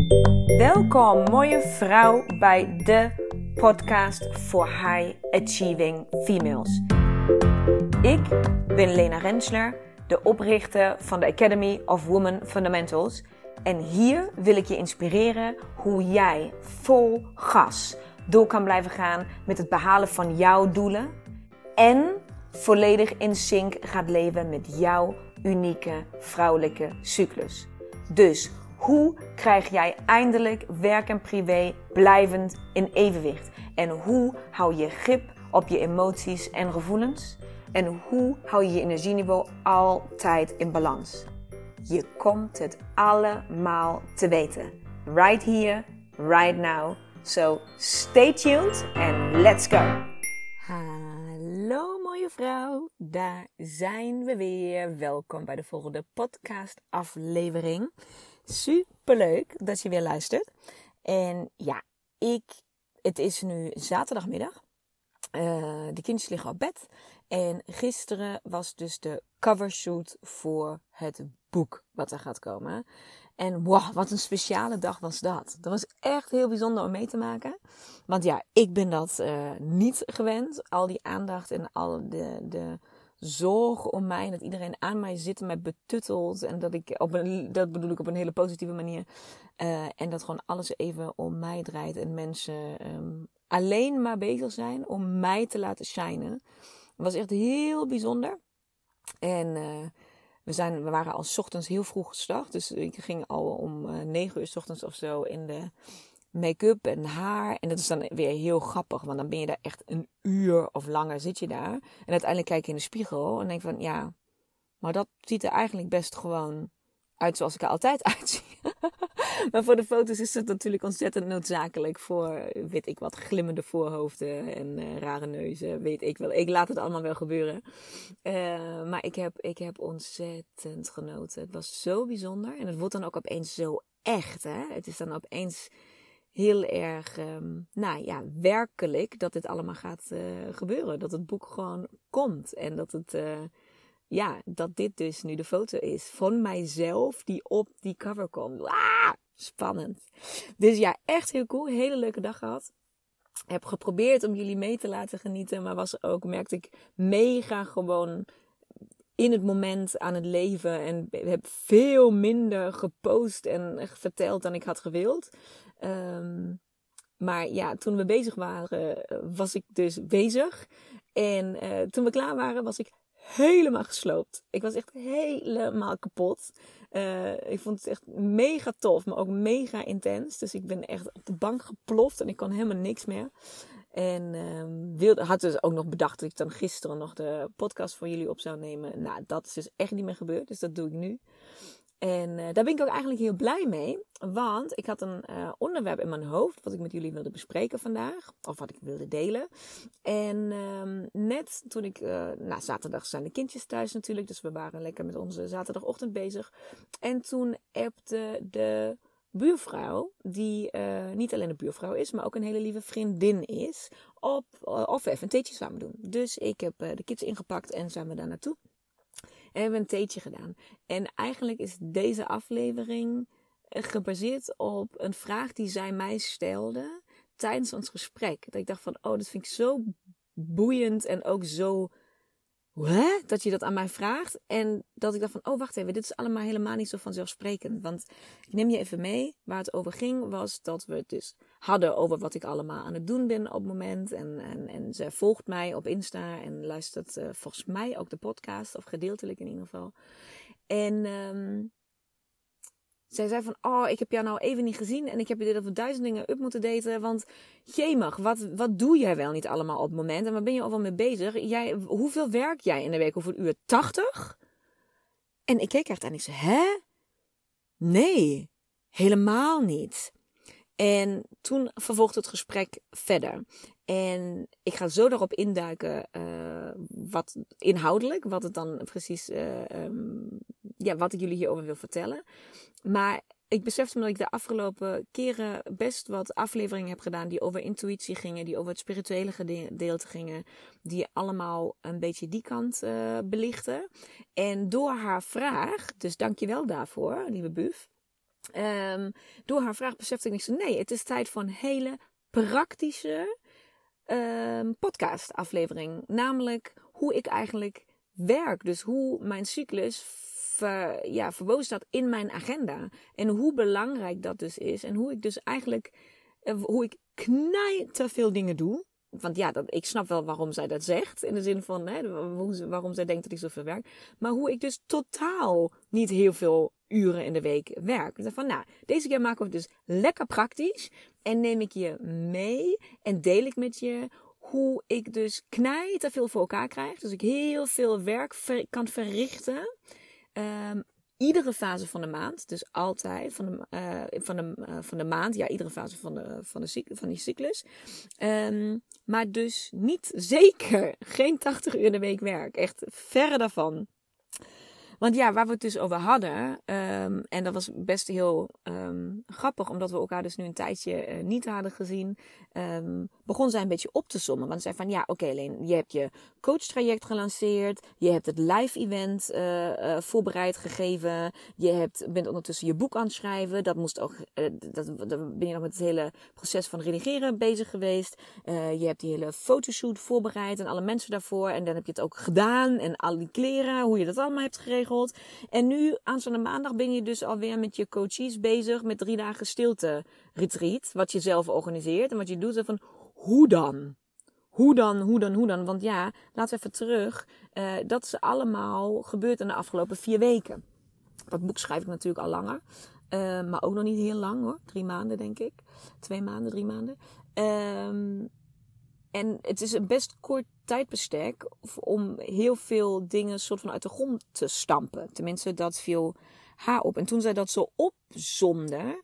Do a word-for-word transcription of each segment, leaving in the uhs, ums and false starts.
Welkom mooie vrouw bij de podcast voor High Achieving Females. Ik ben Lena Rensler, de oprichter van de Academy of Women Fundamentals. En hier wil ik je inspireren hoe jij vol gas door kan blijven gaan met het behalen van jouw doelen. En volledig in sync gaat leven met jouw unieke vrouwelijke cyclus. Dus hoe krijg jij eindelijk werk en privé blijvend in evenwicht? En hoe hou je grip op je emoties en gevoelens? En hoe hou je je energieniveau altijd in balans? Je komt het allemaal te weten. Right here, right now. So stay tuned and let's go. Hallo mooie vrouw, daar zijn we weer. Welkom bij de volgende podcast aflevering. Superleuk dat je weer luistert. En ja, ik, het is nu zaterdagmiddag. Uh, de kindjes liggen op bed. En gisteren was dus de covershoot voor het boek wat er gaat komen. En wow, wat een speciale dag was dat. Dat was echt heel bijzonder om mee te maken. Want ja, ik ben dat uh, niet gewend. Al die aandacht en al de, de zorg om mij. En dat iedereen aan mij zit en mij betuttelt. En dat ik, op een, dat bedoel ik op een hele positieve manier. Uh, en dat gewoon alles even om mij draait. En mensen um, alleen maar bezig zijn om mij te laten shinen. Het was echt heel bijzonder. En uh, we, zijn, we waren al 's ochtends heel vroeg gestart. Dus ik ging al om uh, negen uur 's ochtends of zo in de make-up en haar. En dat is dan weer heel grappig. Want dan ben je daar echt een uur of langer zit je daar. En uiteindelijk kijk je in de spiegel en denk van ja, maar dat ziet er eigenlijk best gewoon uit zoals ik er altijd uitzie. Maar voor de foto's is het natuurlijk ontzettend noodzakelijk voor, weet ik wat, glimmende voorhoofden en uh, rare neuzen, weet ik wel. Ik laat het allemaal wel gebeuren. Uh, maar ik heb, ik heb ontzettend genoten. Het was zo bijzonder en het wordt dan ook opeens zo echt, hè. Het is dan opeens heel erg, um, nou ja, werkelijk dat dit allemaal gaat uh, gebeuren. Dat het boek gewoon komt en dat het... Uh, Ja, dat dit dus nu de foto is van mijzelf die op die cover komt. Ah, spannend. Dus ja, echt heel cool. Hele leuke dag gehad. Heb geprobeerd om jullie mee te laten genieten. Maar was ook, merkte ik, mega gewoon in het moment aan het leven. En heb veel minder gepost en verteld dan ik had gewild. Um, maar ja, toen we bezig waren, was ik dus bezig. En uh, toen we klaar waren, was ik helemaal gesloopt. Ik was echt helemaal kapot. Uh, ik vond het echt mega tof, maar ook mega intens. Dus ik ben echt op de bank geploft en ik kon helemaal niks meer. En um, wilde, had dus ook nog bedacht dat ik dan gisteren nog de podcast voor jullie op zou nemen. Nou, dat is dus echt niet meer gebeurd, dus dat doe ik nu. En uh, daar ben ik ook eigenlijk heel blij mee. Want ik had een uh, onderwerp in mijn hoofd wat ik met jullie wilde bespreken vandaag. Of wat ik wilde delen. En um, net toen ik... Uh, nou, zaterdag zijn de kindjes thuis natuurlijk. Dus we waren lekker met onze zaterdagochtend bezig. En toen appte de buurvrouw, die uh, niet alleen een buurvrouw is, maar ook een hele lieve vriendin is, op, uh, of we even een theetje samen doen. Dus ik heb uh, de kids ingepakt en zijn we daar naartoe. En hebben we een theetje gedaan. En eigenlijk is deze aflevering gebaseerd op een vraag die zij mij stelde tijdens ons gesprek. Dat ik dacht van, oh, dat vind ik zo boeiend en ook zo, hè? Dat je dat aan mij vraagt. En dat ik dacht van, oh, wacht even, dit is allemaal helemaal niet zo vanzelfsprekend. Want ik neem je even mee, waar het over ging, was dat we het dus hadden over wat ik allemaal aan het doen ben op het moment. En, en, en ze volgt mij op Insta en luistert uh, volgens mij ook de podcast, of gedeeltelijk in ieder geval. En um, zij zei van, oh, ik heb jou nou even niet gezien en ik heb je dit over duizend dingen up moeten daten. Want, jemig, wat, wat doe jij wel niet allemaal op het moment? En waar ben je al wel mee bezig? Jij, hoeveel werk jij in de week? Hoeveel uur? tachtig? En ik keek echt en ik zei, hè? Nee, helemaal niet. En toen vervolgde het gesprek verder. En ik ga zo daarop induiken, uh, wat inhoudelijk, wat het dan precies, uh, um, ja, wat ik jullie hierover wil vertellen. Maar ik besefte me dat ik de afgelopen keren best wat afleveringen heb gedaan die over intuïtie gingen, die over het spirituele gedeelte gingen, die allemaal een beetje die kant uh, belichten. En door haar vraag, dus dankjewel daarvoor, lieve Buf, Um, door haar vraag besefte ik, nee, het is tijd voor een hele praktische um, podcast aflevering. Namelijk hoe ik eigenlijk werk. Dus hoe mijn cyclus ver, ja, verwozen staat in mijn agenda. En hoe belangrijk dat dus is. En hoe ik dus eigenlijk, uh, hoe ik knijterveel dingen doe. Want ja, dat, ik snap wel waarom zij dat zegt. In de zin van, hè, waarom zij denkt dat ik zoveel werk. Maar hoe ik dus totaal niet heel veel uren in de week werk. Dus van, nou, deze keer maken we het dus lekker praktisch. En neem ik je mee. En deel ik met je hoe ik dus knijterveel voor elkaar krijg. Dus ik heel veel werk ver, kan verrichten. Um, Iedere fase van de maand, dus altijd van de, uh, van de, uh, van de maand, ja, iedere fase van, de, van, de, van die cyclus. Um, maar dus niet zeker, geen tachtig uur in de week werk. Echt verre daarvan. Want ja, waar we het dus over hadden, um, en dat was best heel um, grappig, omdat we elkaar dus nu een tijdje uh, niet hadden gezien, um, begon zij een beetje op te sommen. Want zij van, ja, oké, okay, Leen, je hebt je coachtraject gelanceerd, je hebt het live event uh, uh, voorbereid gegeven, je hebt, bent ondertussen je boek aan het schrijven, dat moest ook, uh, dat, dan ben je nog met het hele proces van redigeren bezig geweest. Uh, je hebt die hele fotoshoot voorbereid en alle mensen daarvoor, en dan heb je het ook gedaan en al die kleren, hoe je dat allemaal hebt geregeld. En nu, aanstaande maandag, ben je dus alweer met je coaches bezig met drie dagen stilte retreat. Wat je zelf organiseert en wat je doet. Van, hoe dan? Hoe dan, hoe dan, hoe dan? Want ja, laten we even terug. Uh, dat is allemaal gebeurd in de afgelopen vier weken. Dat boek schrijf ik natuurlijk al langer. Uh, maar ook nog niet heel lang hoor. Drie maanden denk ik. Twee maanden, drie maanden. Um, En het is een best kort tijdbestek om heel veel dingen soort van uit de grond te stampen. Tenminste, dat viel haar op. En toen zij dat zo opzomde,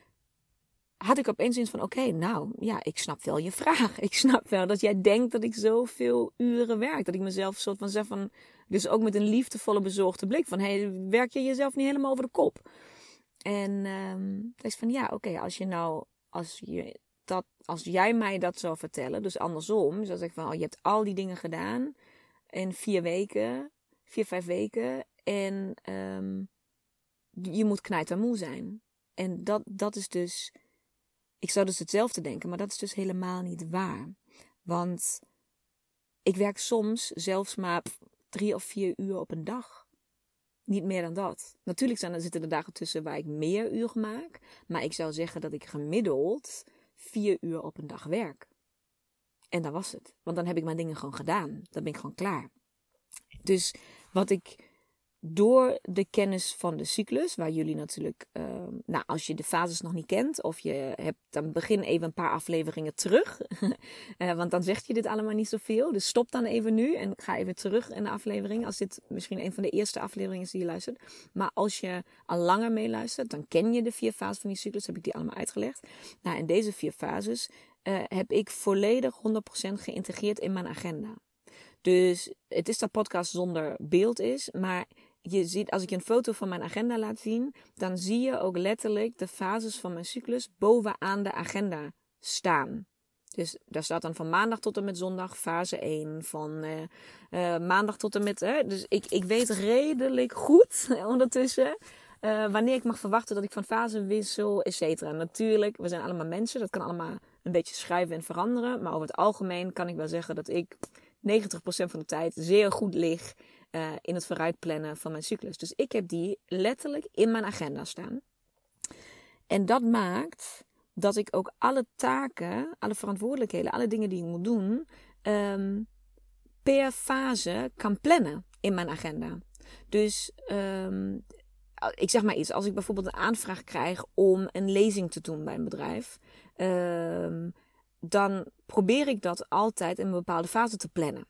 had ik opeens iets van, oké, okay, nou, ja, ik snap wel je vraag. Ik snap wel dat jij denkt dat ik zoveel uren werk. Dat ik mezelf soort van zeg van, dus ook met een liefdevolle bezorgde blik van, hé, hey, werk je jezelf niet helemaal over de kop? En um, dat is van, ja, oké, okay, als je nou, als je... Dat als jij mij dat zou vertellen, dus andersom, zoals ik van, oh, je hebt al die dingen gedaan in vier weken, vier, vijf weken en um, je moet knijtermoe zijn. En dat, dat is dus, ik zou dus hetzelfde denken, maar dat is dus helemaal niet waar. Want ik werk soms zelfs maar drie of vier uur op een dag. Niet meer dan dat. Natuurlijk zijn er, zitten er dagen tussen waar ik meer uur maak, maar ik zou zeggen dat ik gemiddeld vier uur op een dag werk. En dat was het. Want dan heb ik mijn dingen gewoon gedaan. Dan ben ik gewoon klaar. Dus wat ik door de kennis van de cyclus, waar jullie natuurlijk, uh, nou als je de fases nog niet kent, of je hebt, dan begin even een paar afleveringen terug. uh, want dan zegt je dit allemaal niet zoveel. Dus stop dan even nu en ga even terug in de aflevering. Als dit misschien een van de eerste afleveringen is die je luistert. Maar als je al langer meeluistert, dan ken je de vier fases van die cyclus. Heb ik die allemaal uitgelegd. Nou, en deze vier fases uh, heb ik volledig honderd procent geïntegreerd in mijn agenda. Dus het is dat podcast zonder beeld is, maar je ziet, als ik je een foto van mijn agenda laat zien, dan zie je ook letterlijk de fases van mijn cyclus bovenaan de agenda staan. Dus daar staat dan van maandag tot en met zondag fase één, van uh, uh, maandag tot en met... Uh, dus ik, ik weet redelijk goed ondertussen uh, wanneer ik mag verwachten dat ik van fase wissel, et cetera. Natuurlijk, we zijn allemaal mensen, dat kan allemaal een beetje schuiven en veranderen. Maar over het algemeen kan ik wel zeggen dat ik negentig procent van de tijd zeer goed lig uh, in het vooruitplannen van mijn cyclus. Dus ik heb die letterlijk in mijn agenda staan. En dat maakt dat ik ook alle taken, alle verantwoordelijkheden, alle dingen die ik moet doen, um, per fase kan plannen in mijn agenda. Dus um, ik zeg maar iets, als ik bijvoorbeeld een aanvraag krijg om een lezing te doen bij een bedrijf, um, dan probeer ik dat altijd in een bepaalde fase te plannen.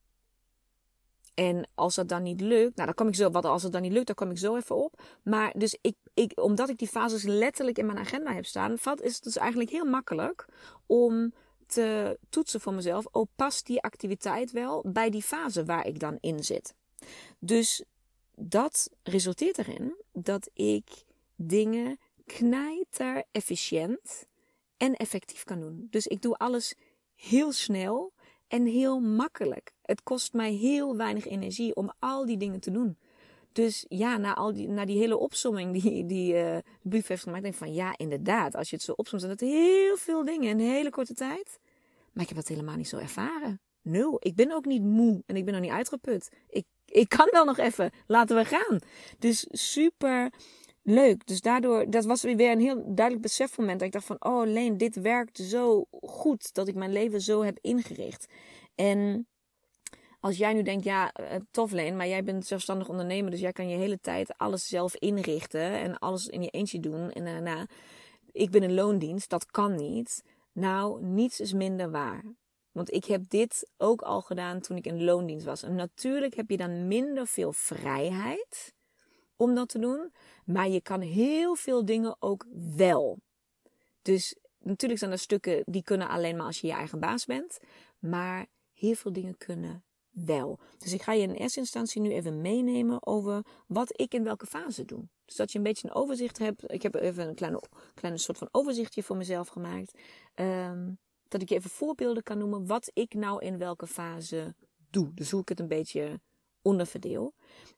En als dat dan niet lukt, nou dan kom ik zo, wat als het dan niet lukt, dan kom ik zo even op. Maar dus ik, ik, omdat ik die fases letterlijk in mijn agenda heb staan, is het dus eigenlijk heel makkelijk om te toetsen voor mezelf, oh, past die activiteit wel bij die fase waar ik dan in zit. Dus dat resulteert erin dat ik dingen knijter efficiënt en effectief kan doen. Dus ik doe alles heel snel en heel makkelijk. Het kost mij heel weinig energie om al die dingen te doen. Dus ja, na, al die, na die hele opsomming die, die uh, de brief heeft gemaakt, denk ik van ja, inderdaad. Als je het zo opsomt, zijn dat heel veel dingen in een hele korte tijd. Maar ik heb dat helemaal niet zo ervaren. Nul. Ik ben ook niet moe en ik ben nog niet uitgeput. Ik, ik kan wel nog even. Laten we gaan. Dus super leuk. Dus daardoor, dat was weer een heel duidelijk besefmoment. Dat ik dacht van, oh Leen, dit werkt zo goed dat ik mijn leven zo heb ingericht. En als jij nu denkt, ja, tof Leen, maar jij bent zelfstandig ondernemer, dus jij kan je hele tijd alles zelf inrichten en alles in je eentje doen. En daarna, ik ben een loondienst, dat kan niet. Nou, niets is minder waar. Want ik heb dit ook al gedaan toen ik in loondienst was. En natuurlijk heb je dan minder veel vrijheid om dat te doen. Maar je kan heel veel dingen ook wel. Dus natuurlijk zijn er stukken die kunnen alleen maar als je je eigen baas bent. Maar heel veel dingen kunnen wel. Dus ik ga je in eerste instantie nu even meenemen over wat ik in welke fase doe. Dus dat je een beetje een overzicht hebt. Ik heb even een kleine, kleine soort van overzichtje voor mezelf gemaakt. Um, dat ik je even voorbeelden kan noemen wat ik nou in welke fase doe. Dus hoe ik het een beetje onderverdeel.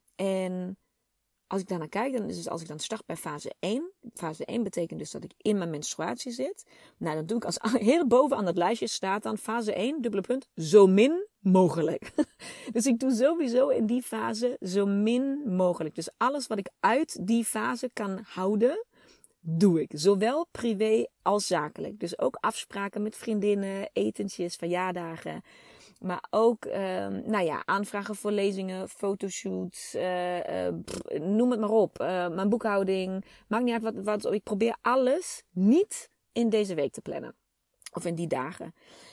En als ik daarnaar kijk, dan is het als ik dan start bij fase één. Fase één betekent dus dat ik in mijn menstruatie zit. Nou, dan doe ik als heel bovenaan dat lijstje staat dan fase één, dubbele punt, zo min mogelijk. Dus ik doe sowieso in die fase zo min mogelijk. Dus alles wat ik uit die fase kan houden, doe ik. Zowel privé als zakelijk. Dus ook afspraken met vriendinnen, etentjes, verjaardagen. Maar ook, uh, nou ja, aanvragen voor lezingen, fotoshoots, uh, uh, pff, noem het maar op. Uh, mijn boekhouding, maakt niet uit wat, wat. Ik probeer alles niet in deze week te plannen. Of in die dagen.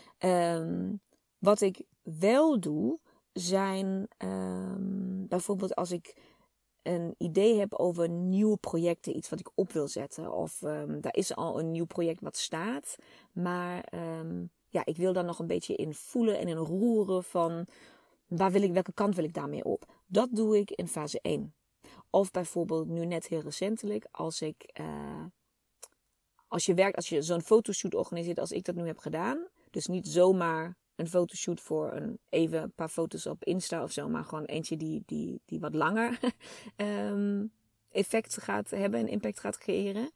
Um, wat ik wel doe, zijn um, bijvoorbeeld als ik een idee heb over nieuwe projecten, iets wat ik op wil zetten. Of um, daar is al een nieuw project wat staat, maar um, ja, ik wil dan nog een beetje in voelen en in roeren van waar wil ik, welke kant wil ik daarmee op. Dat doe ik in fase één. Of bijvoorbeeld nu net heel recentelijk, als ik, uh, als je werkt, als je zo'n fotoshoot organiseert als ik dat nu heb gedaan. Dus niet zomaar een fotoshoot voor een, even een paar foto's op Insta of zo, maar gewoon eentje die, die, die wat langer um, effect gaat hebben en impact gaat creëren.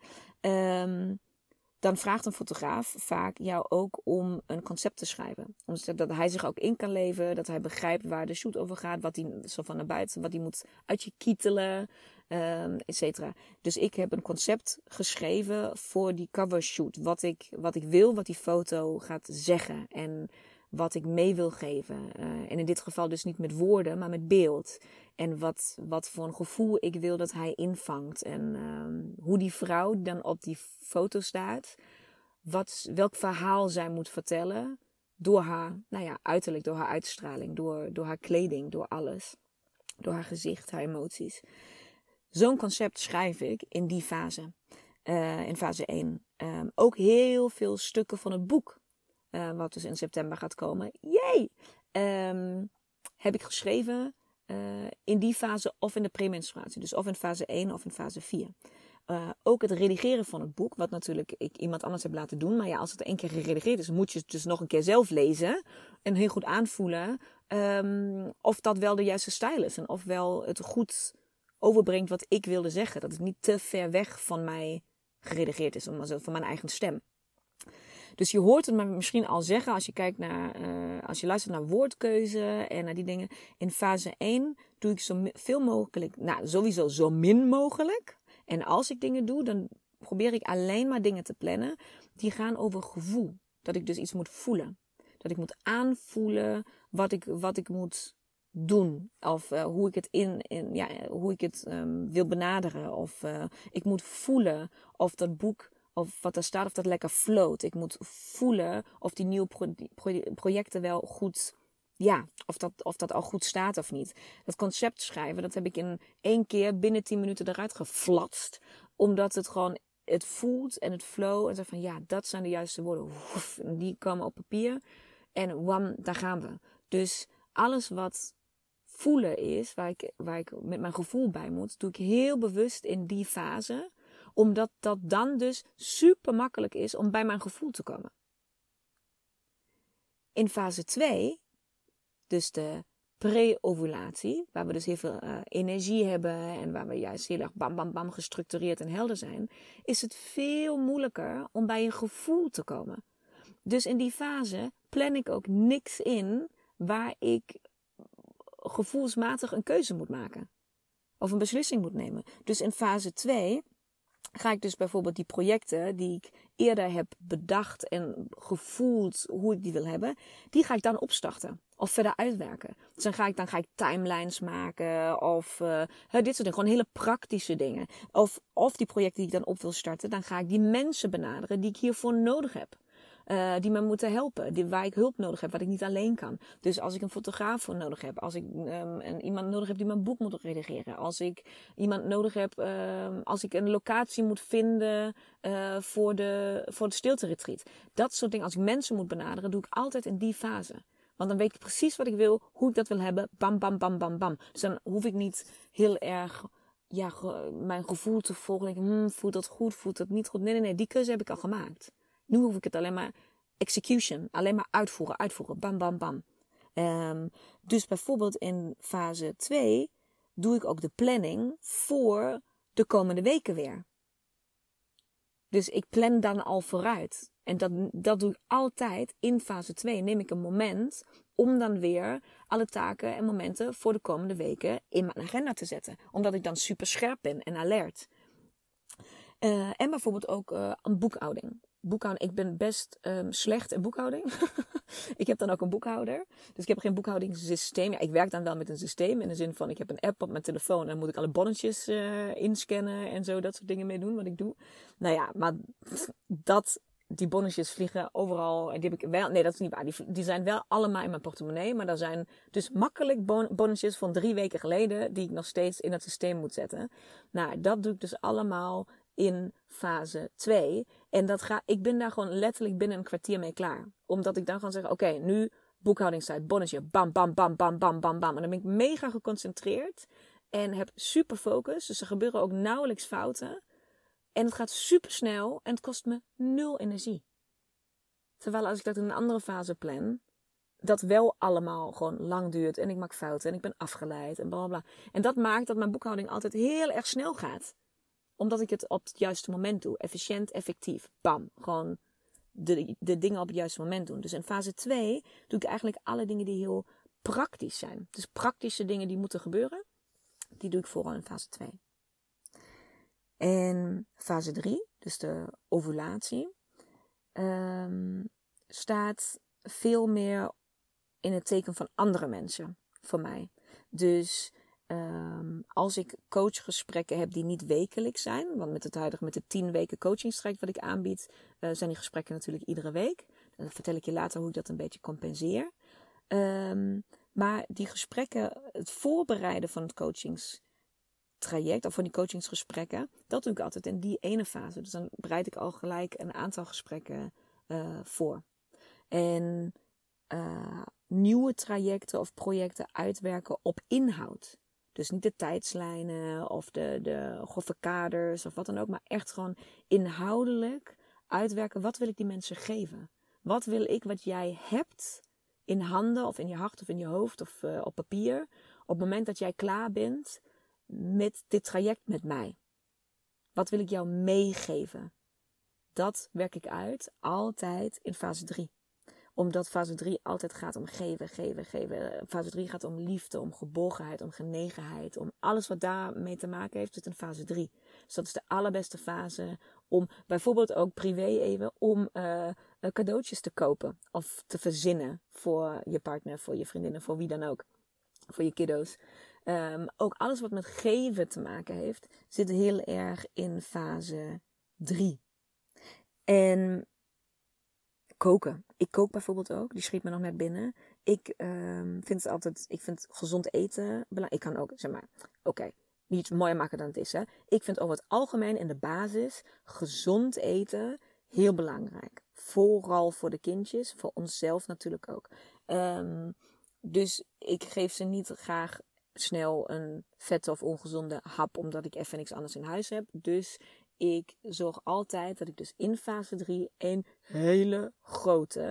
Um, dan vraagt een fotograaf vaak jou ook om een concept te schrijven. Omdat hij zich ook in kan leven, dat hij begrijpt waar de shoot over gaat, wat hij zo van naar buiten, wat hij moet uit je kietelen, um, et cetera. Dus ik heb een concept geschreven voor die cover shoot. Wat ik, wat ik wil, wat die foto gaat zeggen en wat ik mee wil geven. Uh, en in dit geval dus niet met woorden, maar met beeld. En wat, wat voor een gevoel ik wil dat hij invangt. En um, hoe die vrouw dan op die foto staat. Wat, welk verhaal zij moet vertellen. Door haar, nou ja, uiterlijk, door haar uitstraling. Door, door haar kleding, door alles. Door haar gezicht, haar emoties. Zo'n concept schrijf ik in die fase. Uh, in fase één. Um, ook heel veel stukken van het boek. Uh, wat dus in september gaat komen. Jee! Um, heb ik geschreven uh, in die fase of in de premenstruatie. Dus of in fase één of in fase vier. Uh, ook het redigeren van het boek. Wat natuurlijk ik iemand anders heb laten doen. Maar ja, als het één keer geredigeerd is, moet je het dus nog een keer zelf lezen. En heel goed aanvoelen. Um, of dat wel de juiste stijl is. En of wel het goed overbrengt wat ik wilde zeggen. Dat het niet te ver weg van mij geredigeerd is. Van mijn eigen stem. Dus je hoort het me misschien al zeggen als je kijkt naar, uh, als je luistert naar woordkeuze en naar die dingen. In fase één doe ik zo veel mogelijk, nou sowieso zo min mogelijk. En als ik dingen doe, dan probeer ik alleen maar dingen te plannen die gaan over gevoel. Dat ik dus iets moet voelen. Dat ik moet aanvoelen wat ik, wat ik moet doen. Of uh, hoe ik het, in, in, ja, hoe ik het um, wil benaderen. Of uh, ik moet voelen of dat boek, of wat er staat, of dat lekker float. Ik moet voelen of die nieuwe pro- pro- projecten wel goed, ja, of dat, of dat al goed staat of niet. Dat concept schrijven, dat heb ik in één keer binnen tien minuten eruit geflatst. Omdat het gewoon, het voelt en het flow. En zo van, ja, dat zijn de juiste woorden. Oef, en die komen op papier. En wam, daar gaan we. Dus alles wat voelen is, waar ik, waar ik met mijn gevoel bij moet, doe ik heel bewust in die fase. Omdat dat dan dus super makkelijk is om bij mijn gevoel te komen. In fase twee, dus de pre-ovulatie, waar we dus heel veel uh, energie hebben en waar we juist heel erg bam bam bam gestructureerd en helder zijn, is het veel moeilijker om bij een gevoel te komen. Dus in die fase plan ik ook niks in waar ik gevoelsmatig een keuze moet maken. Of een beslissing moet nemen. Dus in fase twee ga ik dus bijvoorbeeld die projecten die ik eerder heb bedacht en gevoeld hoe ik die wil hebben, die ga ik dan opstarten. Of verder uitwerken. Dus dan ga ik, dan ga ik timelines maken. Of uh, dit soort dingen. Gewoon hele praktische dingen. Of, of die projecten die ik dan op wil starten. Dan ga ik die mensen benaderen die ik hiervoor nodig heb. Uh, die me moeten helpen. Die, waar ik hulp nodig heb. Wat ik niet alleen kan. Dus als ik een fotograaf voor nodig heb. Als ik um, een, iemand nodig heb die mijn boek moet redigeren. Als ik iemand nodig heb. Uh, als ik een locatie moet vinden. Uh, voor de, voor de stilte retreat. Dat soort dingen. Als ik mensen moet benaderen. Doe ik altijd in die fase. Want dan weet ik precies wat ik wil, hoe ik dat wil hebben. Bam, bam, bam, bam, bam. Dus dan hoef ik niet heel erg ja, ge, mijn gevoel te volgen. Denk, hmm, voelt dat goed, voelt dat niet goed? Nee, nee, nee, die keuze heb ik al gemaakt. Nu hoef ik het alleen maar execution. Alleen maar uitvoeren, uitvoeren. Bam, bam, bam. Um, dus bijvoorbeeld in fase twee doe ik ook de planning voor de komende weken weer. Dus ik plan dan al vooruit. En dat, dat doe ik altijd in fase twee. Neem ik een moment om dan weer alle taken en momenten voor de komende weken in mijn agenda te zetten. Omdat ik dan super scherp ben en alert. Uh, en bijvoorbeeld ook uh, een boekhouding. Boekhouding. Ik ben best um, slecht in boekhouding. Ik heb dan ook een boekhouder. Dus ik heb geen boekhoudingssysteem. Ja, ik werk dan wel met een systeem. In de zin van, ik heb een app op mijn telefoon. En dan moet ik alle bonnetjes uh, inscannen en zo. Dat soort dingen mee doen, wat ik doe. Nou ja, maar dat... Die bonnetjes vliegen overal. Die heb ik wel. Nee, dat is niet waar. Die, die zijn wel allemaal in mijn portemonnee. Maar er zijn dus makkelijk bon, bonnetjes van drie weken geleden. Die ik nog steeds in het systeem moet zetten. Nou, dat doe ik dus allemaal in fase twee. En dat ga, ik ben daar gewoon letterlijk binnen een kwartier mee klaar. Omdat ik dan gewoon zeg, oké, okay, nu boekhoudingstijd, bonnetje. Bam, bam, bam, bam, bam, bam, bam. En dan ben ik mega geconcentreerd. En heb super focus. Dus er gebeuren ook nauwelijks fouten. En het gaat super snel en het kost me nul energie. Terwijl als ik dat in een andere fase plan, dat wel allemaal gewoon lang duurt en ik maak fouten en ik ben afgeleid en bla bla. En dat maakt dat mijn boekhouding altijd heel erg snel gaat. Omdat ik het op het juiste moment doe. Efficiënt, effectief. Bam. Gewoon de, de dingen op het juiste moment doen. Dus in fase twee doe ik eigenlijk alle dingen die heel praktisch zijn. Dus praktische dingen die moeten gebeuren, die doe ik vooral in fase twee. En fase drie, dus de ovulatie, um, staat veel meer in het teken van andere mensen voor mij. Dus um, als ik coachgesprekken heb die niet wekelijks zijn, want met het huidige, met de tien weken coachingstraject wat ik aanbied, uh, zijn die gesprekken natuurlijk iedere week. Dan vertel ik je later hoe ik dat een beetje compenseer. Um, maar die gesprekken, het voorbereiden van het coachingstraject, traject of van die coachingsgesprekken, dat doe ik altijd in die ene fase. Dus dan bereid ik al gelijk een aantal gesprekken uh, voor. En uh, nieuwe trajecten of projecten uitwerken op inhoud. Dus niet de tijdslijnen of de, de grove kaders of wat dan ook, maar echt gewoon inhoudelijk uitwerken. Wat wil ik die mensen geven? Wat wil ik wat jij hebt in handen of in je hart of in je hoofd of uh, op papier op het moment dat jij klaar bent met dit traject met mij? Wat wil ik jou meegeven? Dat werk ik uit altijd in fase drie. Omdat fase drie altijd gaat om geven, geven, geven. Fase drie gaat om liefde, om geborgenheid, om genegenheid. Om alles wat daarmee te maken heeft, zit in fase drie. Dus dat is de allerbeste fase om bijvoorbeeld ook privé even om uh, cadeautjes te kopen. Of te verzinnen voor je partner, voor je vriendinnen, voor wie dan ook. Voor je kiddo's. Um, ook alles wat met geven te maken heeft, zit heel erg in fase drie. En koken. Ik kook bijvoorbeeld ook. Die schiet me nog net binnen. Ik um, vind het altijd, ik vind gezond eten belangrijk. Ik kan ook, zeg maar, oké, okay, niet mooier maken dan het is, hè. Ik vind over het algemeen in de basis gezond eten heel belangrijk. Vooral voor de kindjes, voor onszelf natuurlijk ook. Um, dus ik geef ze niet graag snel een vette of ongezonde hap, omdat ik even niks anders in huis heb. Dus ik zorg altijd dat ik dus in fase drie een hele grote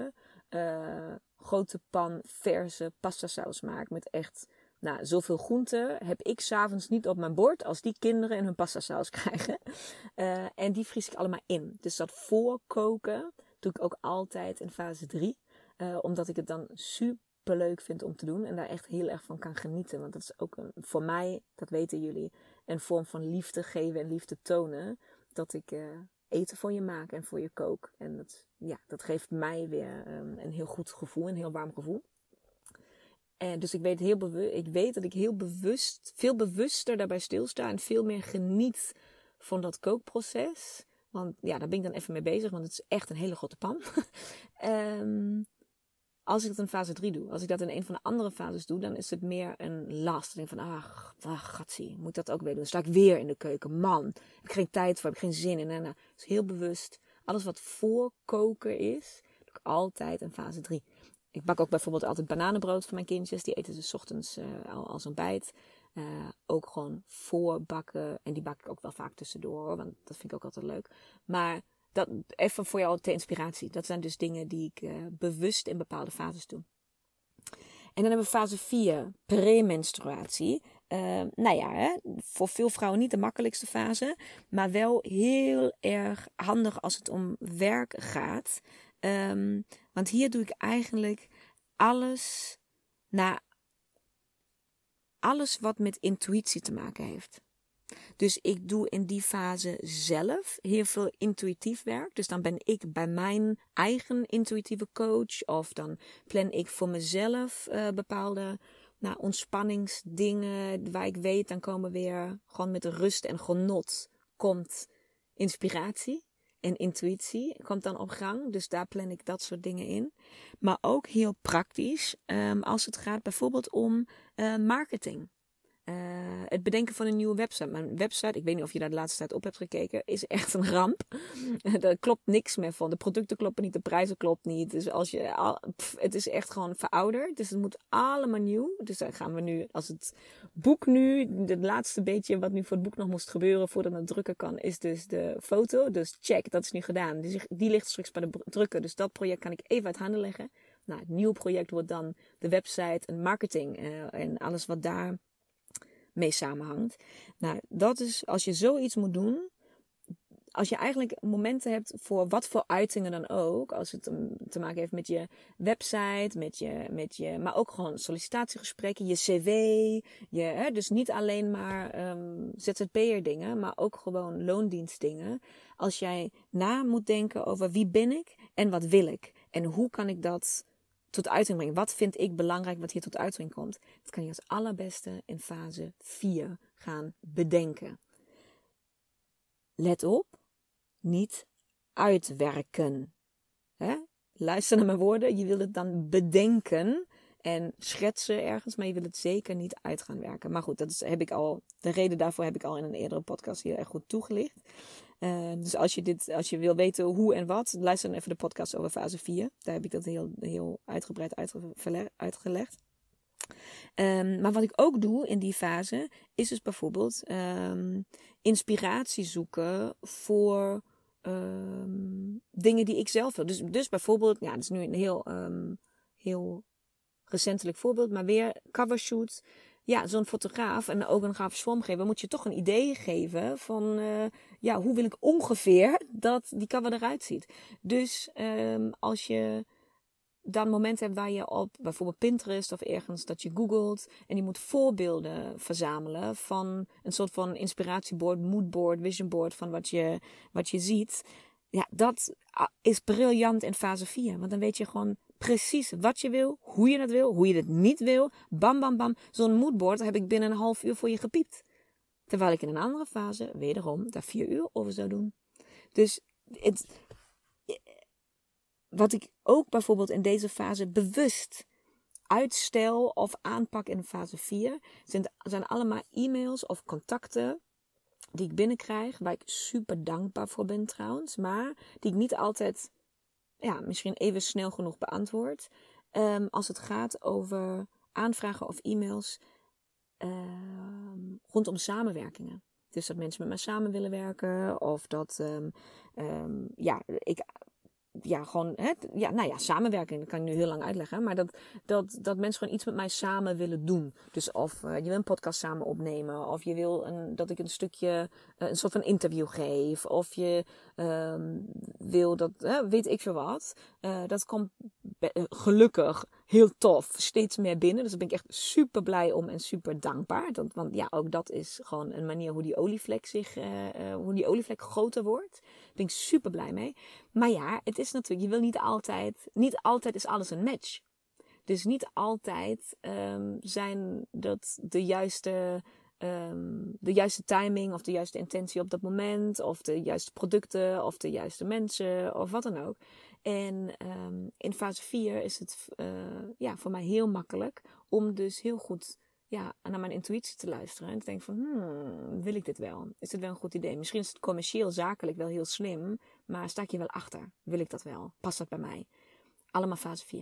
uh, grote pan verse pasta saus maak met echt nou, zoveel groenten, heb ik 's avonds niet op mijn bord als die kinderen in hun pasta saus krijgen. Uh, en die vries ik allemaal in. Dus dat voorkoken doe ik ook altijd in fase drie. Uh, omdat ik het dan super leuk vind om te doen. En daar echt heel erg van kan genieten. Want dat is ook een, voor mij, dat weten jullie, een vorm van liefde geven en liefde tonen. Dat ik uh, eten voor je maak en voor je kook. En dat, ja, dat geeft mij weer um, een heel goed gevoel, een heel warm gevoel. En dus ik weet, heel bewu- ik weet dat ik heel bewust, veel bewuster daarbij stilsta. En veel meer geniet van dat kookproces. Want ja, daar ben ik dan even mee bezig. Want het is echt een hele grote pan. um, als ik dat in fase drie doe. Als ik dat in een van de andere fases doe. Dan is het meer een last. Dan denk ik van, ach, ach gatsie. Moet ik dat ook weer doen? Dan sta ik weer in de keuken. Man, heb ik geen tijd voor. Heb ik geen zin in. En nou, dus heel bewust. Alles wat voorkoken is. Doe ik altijd in fase drie. Ik bak ook bijvoorbeeld altijd bananenbrood voor mijn kindjes. Die eten ze 's ochtends uh, al als ontbijt. Uh, ook gewoon voorbakken. En die bak ik ook wel vaak tussendoor. Hoor, want dat vind ik ook altijd leuk. Maar dat, even voor jou ter inspiratie. Dat zijn dus dingen die ik uh, bewust in bepaalde fases doe. En dan hebben we fase vier. Premenstruatie. Uh, nou ja, hè, voor veel vrouwen niet de makkelijkste fase. Maar wel heel erg handig als het om werk gaat. Um, want hier doe ik eigenlijk alles naar alles wat met intuïtie te maken heeft. Dus ik doe in die fase zelf heel veel intuïtief werk. Dus dan ben ik bij mijn eigen intuïtieve coach. Of dan plan ik voor mezelf uh, bepaalde nou, ontspanningsdingen. Waar ik weet, dan komen weer gewoon met rust en genot komt inspiratie. En intuïtie komt dan op gang. Dus daar plan ik dat soort dingen in. Maar ook heel praktisch. Um, als het gaat bijvoorbeeld om uh, marketing. Uh, het bedenken van een nieuwe website. Mijn website, ik weet niet of je daar de laatste tijd op hebt gekeken, is echt een ramp. Er klopt niks meer van. De producten kloppen niet, de prijzen kloppen niet. Dus als je, al, pff, het is echt gewoon verouderd. Dus het moet allemaal nieuw. Dus daar gaan we nu, als het boek nu, het laatste beetje wat nu voor het boek nog moest gebeuren voordat het drukken kan, is dus de foto. Dus check, dat is nu gedaan. Die, die ligt straks bij de drukken. Dus dat project kan ik even uit handen leggen. Nou, het nieuwe project wordt dan de website en marketing uh, en alles wat daar mee samenhangt. Nou, dat is, als je zoiets moet doen, als je eigenlijk momenten hebt voor wat voor uitingen dan ook, als het te maken heeft met je website, met je, met je, maar ook gewoon sollicitatiegesprekken, je cv, je, hè, dus niet alleen maar um, Z Z P'er dingen, maar ook gewoon loondienstdingen. Als jij na moet denken over wie ben ik en wat wil ik en hoe kan ik dat tot uiting brengen. Wat vind ik belangrijk wat hier tot uiting komt? Dat kan je als allerbeste in fase vier gaan bedenken. Let op, niet uitwerken. Hè? Luister naar mijn woorden. Je wil het dan bedenken en schetsen ergens, maar je wil het zeker niet uit gaan werken. Maar goed, dat is, heb ik al, de reden daarvoor heb ik al in een eerdere podcast heel erg goed toegelicht. Uh, dus als je, dit, als je wil weten hoe en wat, luister dan even de podcast over fase vier. Daar heb ik dat heel, heel uitgebreid uitge- uitgelegd. Um, maar wat ik ook doe in die fase, is dus bijvoorbeeld um, inspiratie zoeken voor um, dingen die ik zelf wil. Dus, dus bijvoorbeeld, ja, dat is nu een heel, um, heel recentelijk voorbeeld, maar weer covershoot. Ja, zo'n fotograaf en ook een grafisch vormgever moet je toch een idee geven van, uh, ja, hoe wil ik ongeveer dat die cover eruit ziet. Dus um, als je dan momenten hebt waar je op bijvoorbeeld Pinterest of ergens dat je googelt en je moet voorbeelden verzamelen van een soort van inspiratieboard, moodboard, visionboard van wat je, wat je ziet. Ja, dat is briljant in fase vier, want dan weet je gewoon precies wat je wil, hoe je het wil, hoe je het niet wil. Bam, bam, bam. Zo'n moodboard heb ik binnen een half uur voor je gepiept. Terwijl ik in een andere fase, wederom, daar vier uur over zou doen. Dus het, wat ik ook bijvoorbeeld in deze fase bewust uitstel of aanpak in fase vier, zijn, zijn allemaal e-mails of contacten die ik binnenkrijg, waar ik super dankbaar voor ben trouwens, maar die ik niet altijd, ja, misschien even snel genoeg beantwoord. Um, als het gaat over aanvragen of e-mails um, rondom samenwerkingen. Dus dat mensen met mij samen willen werken, of dat um, um, ja, ik ja, gewoon, hè, ja, nou ja, samenwerking, dat kan ik nu heel lang uitleggen. Maar dat, dat, dat mensen gewoon iets met mij samen willen doen. Dus of uh, je wil een podcast samen opnemen. Of je wil een, dat ik een stukje, uh, een soort van interview geef. Of je um, wil dat, uh, weet ik veel wat. Uh, dat komt be- uh, gelukkig heel tof steeds meer binnen. Dus daar ben ik echt super blij om en super dankbaar. Dat, want ja, ook dat is gewoon een manier hoe die olievlek zich, uh, uh, hoe die olievlek groter wordt. Daar ben ik super blij mee. Maar ja, het is natuurlijk, je wil niet altijd, niet altijd is alles een match. Dus niet altijd um, zijn dat de juiste, um, de juiste timing of de juiste intentie op dat moment. Of de juiste producten of de juiste mensen of wat dan ook. En um, in fase vier is het uh, ja, voor mij heel makkelijk om dus heel goed ja, naar mijn intuïtie te luisteren. En te denken van, hmm, wil ik dit wel? Is dit wel een goed idee? Misschien is het commercieel, zakelijk wel heel slim. Maar sta ik hier wel achter? Wil ik dat wel? Past dat bij mij? Allemaal fase vier.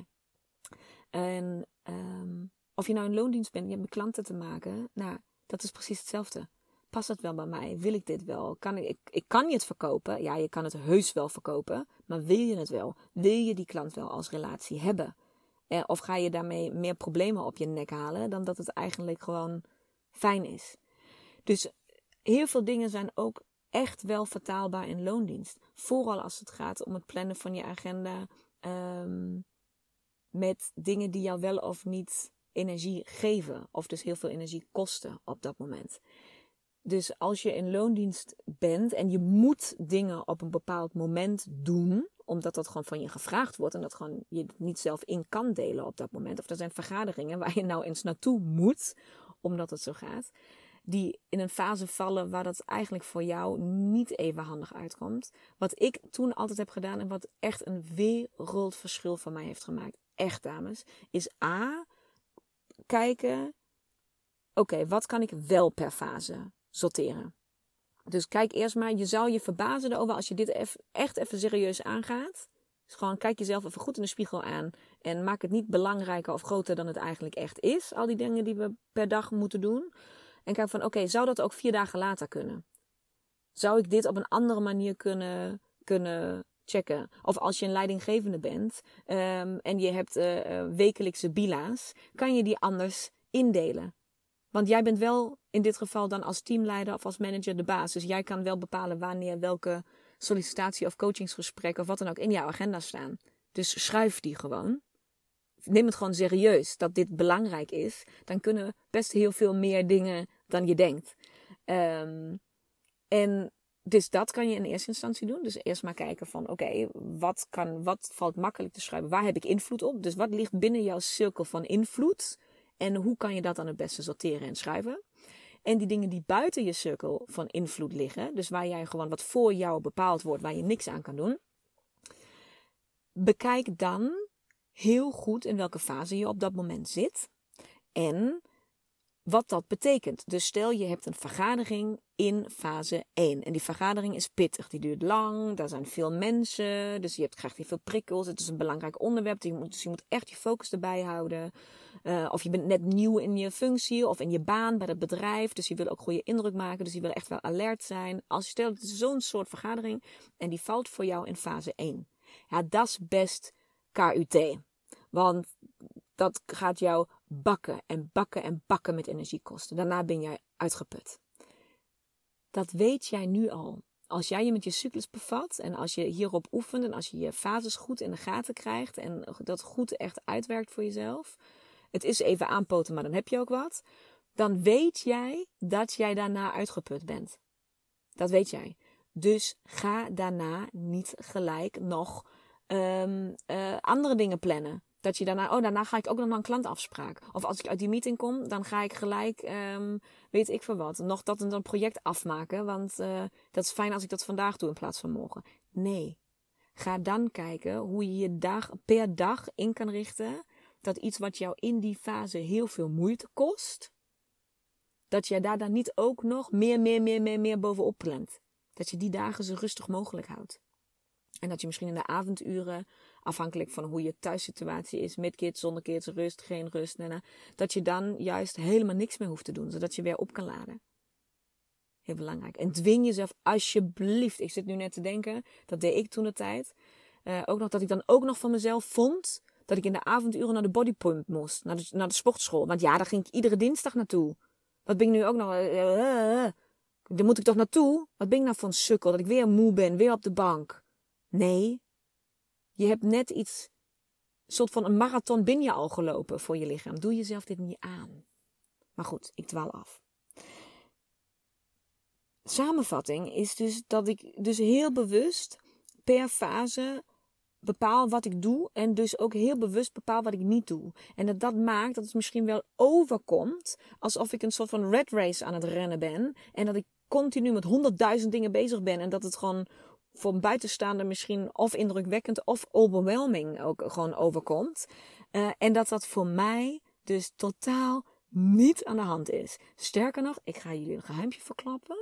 En um, of je nou in loondienst bent, je hebt met klanten te maken. Nou, dat is precies hetzelfde. Past dat wel bij mij? Wil ik dit wel? Kan ik, ik, ik kan je het verkopen. Ja, je kan het heus wel verkopen. Maar wil je het wel? Wil je die klant wel als relatie hebben? Eh, of ga je daarmee meer problemen op je nek halen dan dat het eigenlijk gewoon fijn is? Dus heel veel dingen zijn ook echt wel vertaalbaar in loondienst. Vooral als het gaat om het plannen van je agenda um, met dingen die jou wel of niet energie geven. Of dus heel veel energie kosten op dat moment. Dus als je in loondienst bent en je moet dingen op een bepaald moment doen, omdat dat gewoon van je gevraagd wordt en dat gewoon je het niet zelf in kan delen op dat moment. Of er zijn vergaderingen waar je nou eens naartoe moet, omdat het zo gaat. Die in een fase vallen waar dat eigenlijk voor jou niet even handig uitkomt. Wat ik toen altijd heb gedaan en wat echt een wereldverschil voor mij heeft gemaakt. Echt dames. Is A, kijken, oké, okay, wat kan ik wel per fase sorteren? Dus kijk eerst maar, je zou je verbazen erover als je dit eff, echt even serieus aangaat. Dus gewoon kijk jezelf even goed in de spiegel aan. En maak het niet belangrijker of groter dan het eigenlijk echt is. Al die dingen die we per dag moeten doen. En kijk van, oké, okay, zou dat ook vier dagen later kunnen? Zou ik dit op een andere manier kunnen, kunnen checken? Of als je een leidinggevende bent um, en je hebt uh, uh, wekelijkse bila's, kan je die anders indelen? Want jij bent wel in dit geval dan als teamleider of als manager de baas. Dus jij kan wel bepalen wanneer welke sollicitatie of coachingsgesprek of wat dan ook in jouw agenda staan. Dus schuif die gewoon. Neem het gewoon serieus dat dit belangrijk is. Dan kunnen best heel veel meer dingen dan je denkt. Um, en dus dat kan je in eerste instantie doen. Dus eerst maar kijken van oké, okay, wat kan, wat valt makkelijk te schrijven? Waar heb ik invloed op? Dus wat ligt binnen jouw cirkel van invloed? En hoe kan je dat dan het beste sorteren en schrijven? En die dingen die buiten je cirkel van invloed liggen, dus waar jij gewoon wat voor jou bepaald wordt, waar je niks aan kan doen, bekijk dan heel goed in welke fase je op dat moment zit en wat dat betekent. Dus stel je hebt een vergadering in fase één. En die vergadering is pittig, die duurt lang, daar zijn veel mensen, dus je hebt, krijgt heel veel prikkels. Het is een belangrijk onderwerp, dus je moet echt je focus erbij houden. Uh, of je bent net nieuw in je functie of in je baan bij het bedrijf, dus je wil ook goede indruk maken, dus je wil echt wel alert zijn. Als je stelt, het is zo'n soort vergadering en die valt voor jou in fase één. Ja, dat is best K U T. Want dat gaat jou bakken en bakken en bakken met energie kosten. Daarna ben jij uitgeput. Dat weet jij nu al. Als jij je met je cyclus bevat en als je hierop oefent en als je je fases goed in de gaten krijgt en dat goed echt uitwerkt voor jezelf. Het is even aanpoten, maar dan heb je ook wat. Dan weet jij dat jij daarna uitgeput bent. Dat weet jij. Dus ga daarna niet gelijk nog um, uh, andere dingen plannen. Dat je daarna, oh, daarna ga ik ook nog naar een klantafspraak. Of als ik uit die meeting kom, dan ga ik gelijk, um, weet ik veel wat, nog dat een project afmaken. Want uh, dat is fijn als ik dat vandaag doe in plaats van morgen. Nee. Ga dan kijken hoe je je dag per dag in kan richten. Dat iets wat jou in die fase heel veel moeite kost, dat je daar dan niet ook nog meer, meer, meer, meer, meer bovenop plant. Dat je die dagen zo rustig mogelijk houdt. En dat je misschien in de avonduren, afhankelijk van hoe je thuissituatie is, met kids, zonder kids, rust, geen rust, nana, dat je dan juist helemaal niks meer hoeft te doen, zodat je weer op kan laden. Heel belangrijk. En dwing jezelf alsjeblieft, ik zit nu net te denken, dat deed ik toen de tijd. Uh, ook nog dat ik dan ook nog van mezelf vond dat ik in de avonduren naar de bodypump moest. Naar de, naar de sportschool. Want ja, daar ging ik iedere dinsdag naartoe. Wat ben ik nu ook nog... Uh, uh, uh, daar moet ik toch naartoe? Wat ben ik nou voor een sukkel? Dat ik weer moe ben, weer op de bank. Nee. Je hebt net iets... Een soort van een marathon ben je al gelopen voor je lichaam. Doe jezelf dit niet aan. Maar goed, ik dwaal af. Samenvatting is dus dat ik dus heel bewust per fase bepaal wat ik doe. En dus ook heel bewust bepaal wat ik niet doe. En dat dat maakt dat het misschien wel overkomt alsof ik een soort van rat race aan het rennen ben. En dat ik continu met honderdduizend dingen bezig ben. En dat het gewoon voor een buitenstaander misschien of indrukwekkend of overwhelming ook gewoon overkomt. Uh, en dat dat voor mij dus totaal niet aan de hand is. Sterker nog, ik ga jullie een geheimje verklappen.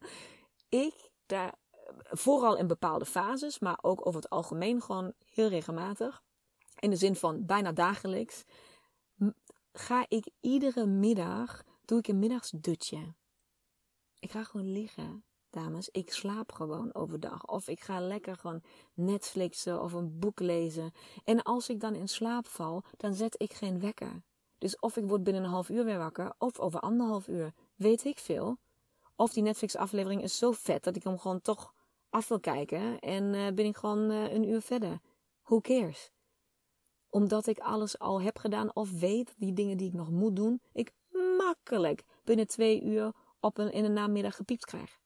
ik daar, vooral in bepaalde fases, maar ook over het algemeen gewoon heel regelmatig. In de zin van bijna dagelijks. Ga ik iedere middag, doe ik een middagsdutje. Ik ga gewoon liggen. Dames, ik slaap gewoon overdag. Of ik ga lekker gewoon Netflixen of een boek lezen. En als ik dan in slaap val, dan zet ik geen wekker. Dus of ik word binnen een half uur weer wakker, of over anderhalf uur. Weet ik veel. Of die Netflix-aflevering is zo vet dat ik hem gewoon toch af wil kijken. En uh, ben ik gewoon uh, een uur verder. Who cares? Omdat ik alles al heb gedaan of weet, die dingen die ik nog moet doen, ik makkelijk binnen twee uur op een, in de namiddag gepiept krijg.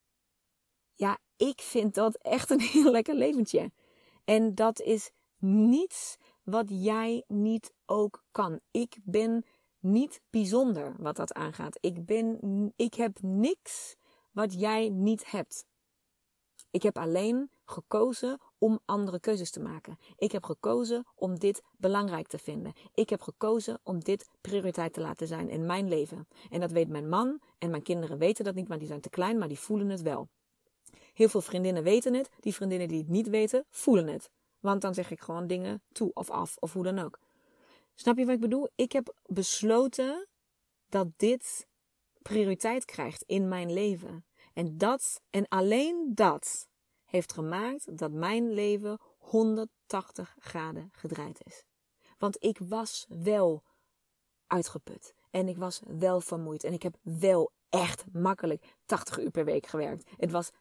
Ja, ik vind dat echt een heel lekker leventje. En dat is niets wat jij niet ook kan. Ik ben niet bijzonder wat dat aangaat. Ik, ben, ik heb niks wat jij niet hebt. Ik heb alleen gekozen om andere keuzes te maken. Ik heb gekozen om dit belangrijk te vinden. Ik heb gekozen om dit prioriteit te laten zijn in mijn leven. En dat weet mijn man en mijn kinderen weten dat niet, want die zijn te klein, maar die voelen het wel. Heel veel vriendinnen weten het. Die vriendinnen die het niet weten, voelen het. Want dan zeg ik gewoon dingen toe of af of hoe dan ook. Snap je wat ik bedoel? Ik heb besloten dat dit prioriteit krijgt in mijn leven. En dat en alleen dat heeft gemaakt dat mijn leven honderdtachtig graden gedraaid is. Want ik was wel uitgeput. En ik was wel vermoeid. En ik heb wel echt makkelijk tachtig uur per week gewerkt. Het was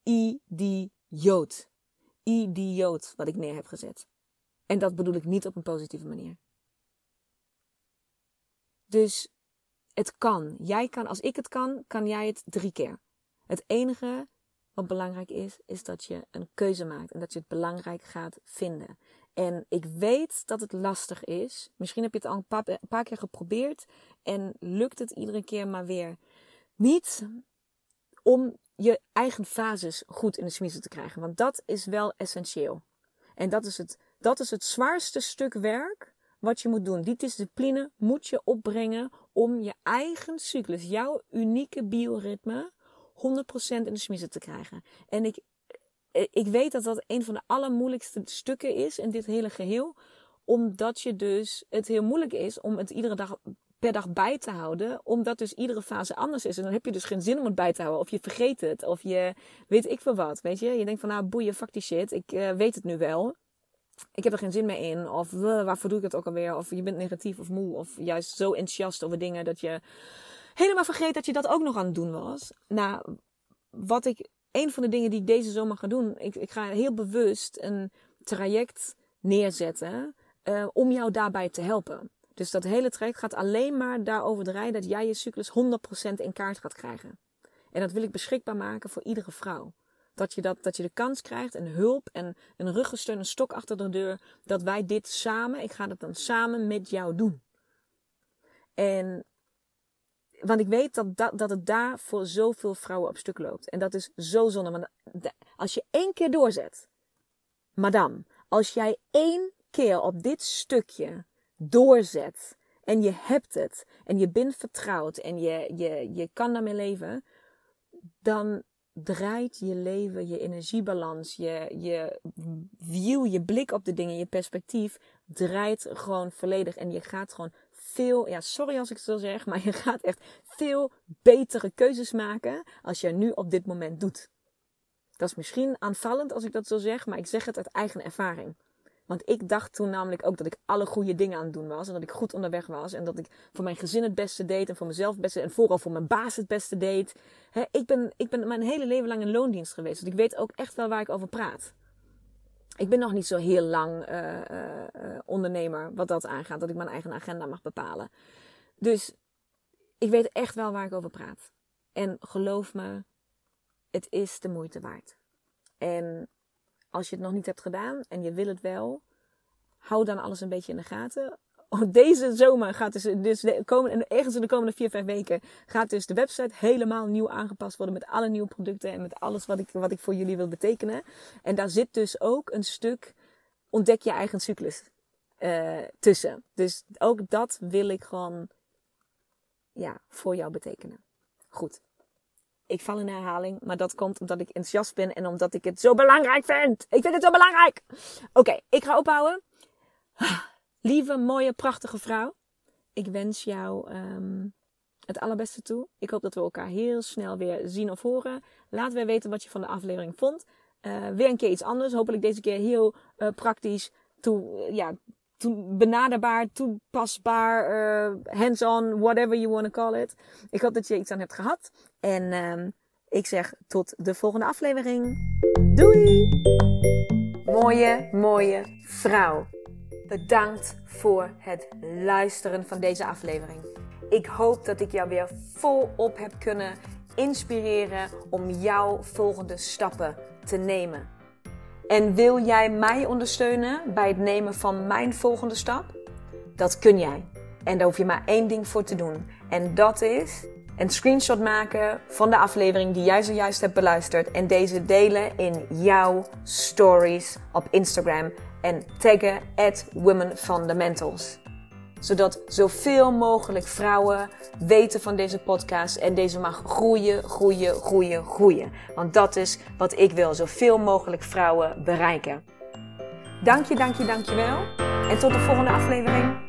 idioot. Idioot wat ik neer heb gezet. En dat bedoel ik niet op een positieve manier. Dus het kan. Jij kan, als ik het kan, kan jij het drie keer. Het enige wat belangrijk is, is dat je een keuze maakt. En dat je het belangrijk gaat vinden. En ik weet dat het lastig is. Misschien heb je het al een paar, een paar keer geprobeerd. En lukt het iedere keer maar weer niet om je eigen fases goed in de smiezen te krijgen. Want dat is wel essentieel. En dat is het, dat is het zwaarste stuk werk wat je moet doen. Die discipline moet je opbrengen om je eigen cyclus, jouw unieke bioritme, honderd procent in de smiezen te krijgen. En ik, ik weet dat dat een van de allermoeilijkste stukken is in dit hele geheel. Omdat je dus, het heel moeilijk is om het iedere dag per dag bij te houden. Omdat dus iedere fase anders is. En dan heb je dus geen zin om het bij te houden. Of je vergeet het. Of je weet ik veel wat. Weet je. Je denkt van nou boeien, fuck die shit. Ik uh, weet het nu wel. Ik heb er geen zin meer in. Of uh, waarvoor doe ik het ook alweer. Of je bent negatief of moe. Of juist zo enthousiast over dingen dat je helemaal vergeet dat je dat ook nog aan het doen was. Nou, wat ik, een van de dingen die ik deze zomer ga doen. Ik, ik ga heel bewust een traject neerzetten. Uh, om jou daarbij te helpen. Dus dat hele traject gaat alleen maar daarover draaien dat jij je cyclus honderd procent in kaart gaat krijgen. En dat wil ik beschikbaar maken voor iedere vrouw. Dat je, dat, dat je de kans krijgt en hulp en een ruggensteun, een stok achter de deur. Dat wij dit samen, ik ga dat dan samen met jou doen. En, want ik weet dat, dat, dat het daar voor zoveel vrouwen op stuk loopt. En dat is zo zonde. Want als je één keer doorzet, madame, als jij één keer op dit stukje doorzet en je hebt het en je bent vertrouwd en je, je, je kan daarmee leven, dan draait je leven, je energiebalans, je, je view, je blik op de dingen, je perspectief draait gewoon volledig en je gaat gewoon veel, ja sorry als ik het zo zeg, maar je gaat echt veel betere keuzes maken als je nu op dit moment doet. Dat is misschien aanvallend als ik dat zo zeg, maar ik zeg het uit eigen ervaring. Want ik dacht toen namelijk ook dat ik alle goede dingen aan het doen was. En dat ik goed onderweg was. En dat ik voor mijn gezin het beste deed. En voor mezelf het beste. En vooral voor mijn baas het beste deed. He, ik, ben, ik ben mijn hele leven lang in loondienst geweest. Dus ik weet ook echt wel waar ik over praat. Ik ben nog niet zo heel lang uh, uh, uh, ondernemer wat dat aangaat. Dat ik mijn eigen agenda mag bepalen. Dus ik weet echt wel waar ik over praat. En geloof me, het is de moeite waard. En als je het nog niet hebt gedaan en je wil het wel, hou dan alles een beetje in de gaten. Oh, deze zomer gaat dus, dus de komende, ergens in de komende vier, vijf weken gaat dus de website helemaal nieuw aangepast worden met alle nieuwe producten en met alles wat ik, wat ik voor jullie wil betekenen. En daar zit dus ook een stuk ontdek je eigen cyclus uh, tussen. Dus ook dat wil ik gewoon ja, voor jou betekenen. Goed. Ik val in herhaling, maar dat komt omdat ik enthousiast ben en omdat ik het zo belangrijk vind. Ik vind het zo belangrijk. Oké, okay, ik ga ophouden. Lieve, mooie, prachtige vrouw. Ik wens jou um, het allerbeste toe. Ik hoop dat we elkaar heel snel weer zien of horen. Laat mij weten wat je van de aflevering vond. Uh, weer een keer iets anders. Hopelijk deze keer heel uh, praktisch, toe, ja, toe, benaderbaar, toepasbaar, uh, hands-on, whatever you want to call it. Ik hoop dat je iets aan hebt gehad. En um, ik zeg tot de volgende aflevering. Doei! Mooie, mooie vrouw. Bedankt voor het luisteren van deze aflevering. Ik hoop dat ik jou weer volop heb kunnen inspireren om jouw volgende stappen te nemen. En wil jij mij ondersteunen bij het nemen van mijn volgende stap? Dat kun jij. En daar hoef je maar één ding voor te doen. En dat is een screenshot maken van de aflevering die jij zojuist hebt beluisterd. En deze delen in jouw stories op Instagram. En taggen at Women Fundamentals. Zodat zoveel mogelijk vrouwen weten van deze podcast. En deze mag groeien, groeien, groeien, groeien. Want dat is wat ik wil. Zoveel mogelijk vrouwen bereiken. Dank je, dank je, dank je wel. En tot de volgende aflevering.